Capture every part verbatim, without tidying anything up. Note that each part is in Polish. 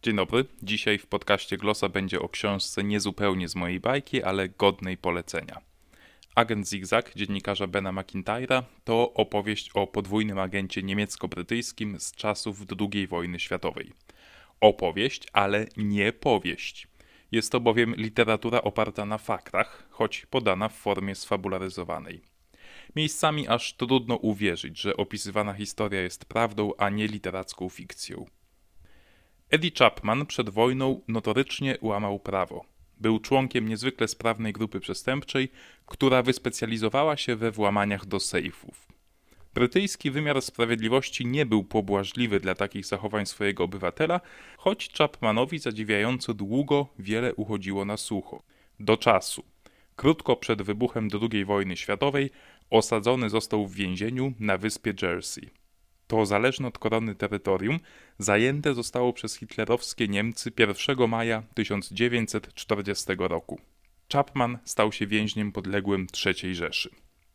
Dzień dobry. Dzisiaj w podcaście Glossa będzie o książce niezupełnie z mojej bajki, ale godnej polecenia. Agent Zigzag dziennikarza Bena McIntyra to opowieść o podwójnym agencie niemiecko-brytyjskim z czasów drugiej wojny światowej. Opowieść, ale nie powieść. Jest to bowiem literatura oparta na faktach, choć podana w formie sfabularyzowanej. Miejscami aż trudno uwierzyć, że opisywana historia jest prawdą, a nie literacką fikcją. Eddie Chapman przed wojną notorycznie łamał prawo. Był członkiem niezwykle sprawnej grupy przestępczej, która wyspecjalizowała się we włamaniach do sejfów. Brytyjski wymiar sprawiedliwości nie był pobłażliwy dla takich zachowań swojego obywatela, choć Chapmanowi zadziwiająco długo wiele uchodziło na sucho. Do czasu. Krótko przed wybuchem drugiej wojny światowej osadzony został w więzieniu na wyspie Jersey. To zależne od korony terytorium zajęte zostało przez hitlerowskie Niemcy pierwszego maja tysiąc dziewięćset czterdziestego roku. Chapman stał się więźniem podległym trzeciej Rzeszy.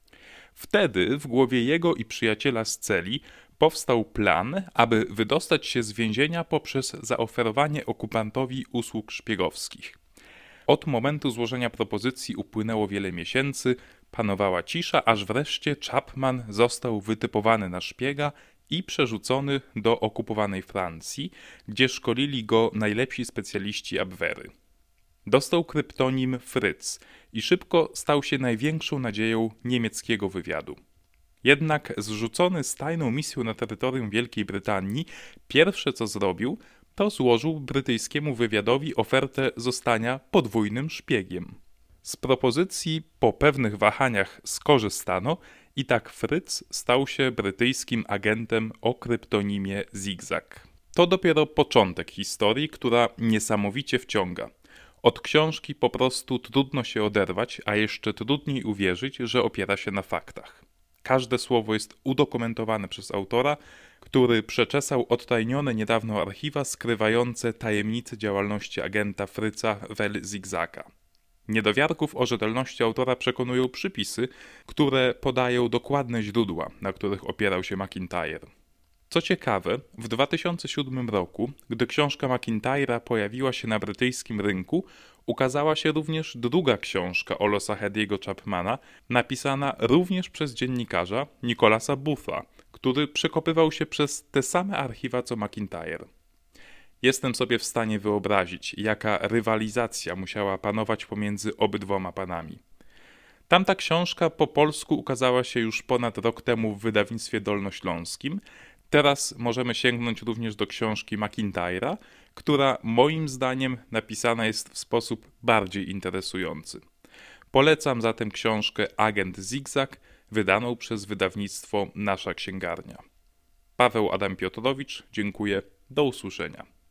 Wtedy w głowie jego i przyjaciela z celi powstał plan, aby wydostać się z więzienia poprzez zaoferowanie okupantowi usług szpiegowskich. Od momentu złożenia propozycji upłynęło wiele miesięcy, panowała cisza, aż wreszcie Chapman został wytypowany na szpiega i przerzucony do okupowanej Francji, gdzie szkolili go najlepsi specjaliści Abwehry. Dostał kryptonim Fritz i szybko stał się największą nadzieją niemieckiego wywiadu. Jednak zrzucony z tajną misją na terytorium Wielkiej Brytanii, pierwsze co zrobił, to złożył brytyjskiemu wywiadowi ofertę zostania podwójnym szpiegiem. Z propozycji po pewnych wahaniach skorzystano i tak Fritz stał się brytyjskim agentem o kryptonimie Zigzag. To dopiero początek historii, która niesamowicie wciąga. Od książki po prostu trudno się oderwać, a jeszcze trudniej uwierzyć, że opiera się na faktach. Każde słowo jest udokumentowane przez autora, który przeczesał odtajnione niedawno archiwa skrywające tajemnice działalności agenta Fritza Wel Zigzaga. Niedowiarków o rzetelności autora przekonują przypisy, które podają dokładne źródła, na których opierał się McIntyre. Co ciekawe, w dwa tysiące siódmym roku, gdy książka McIntyra pojawiła się na brytyjskim rynku, ukazała się również druga książka o losach Eddiego Chapmana, napisana również przez dziennikarza Nicolasa Bootha, który przekopywał się przez te same archiwa co McIntyre. Jestem sobie w stanie wyobrazić, jaka rywalizacja musiała panować pomiędzy obydwoma panami. Tamta książka po polsku ukazała się już ponad rok temu w wydawnictwie dolnośląskim. Teraz możemy sięgnąć również do książki McIntyra, która moim zdaniem napisana jest w sposób bardziej interesujący. Polecam zatem książkę Agent Zigzag, wydaną przez wydawnictwo Nasza Księgarnia. Paweł Adam Piotrowicz, dziękuję, do usłyszenia.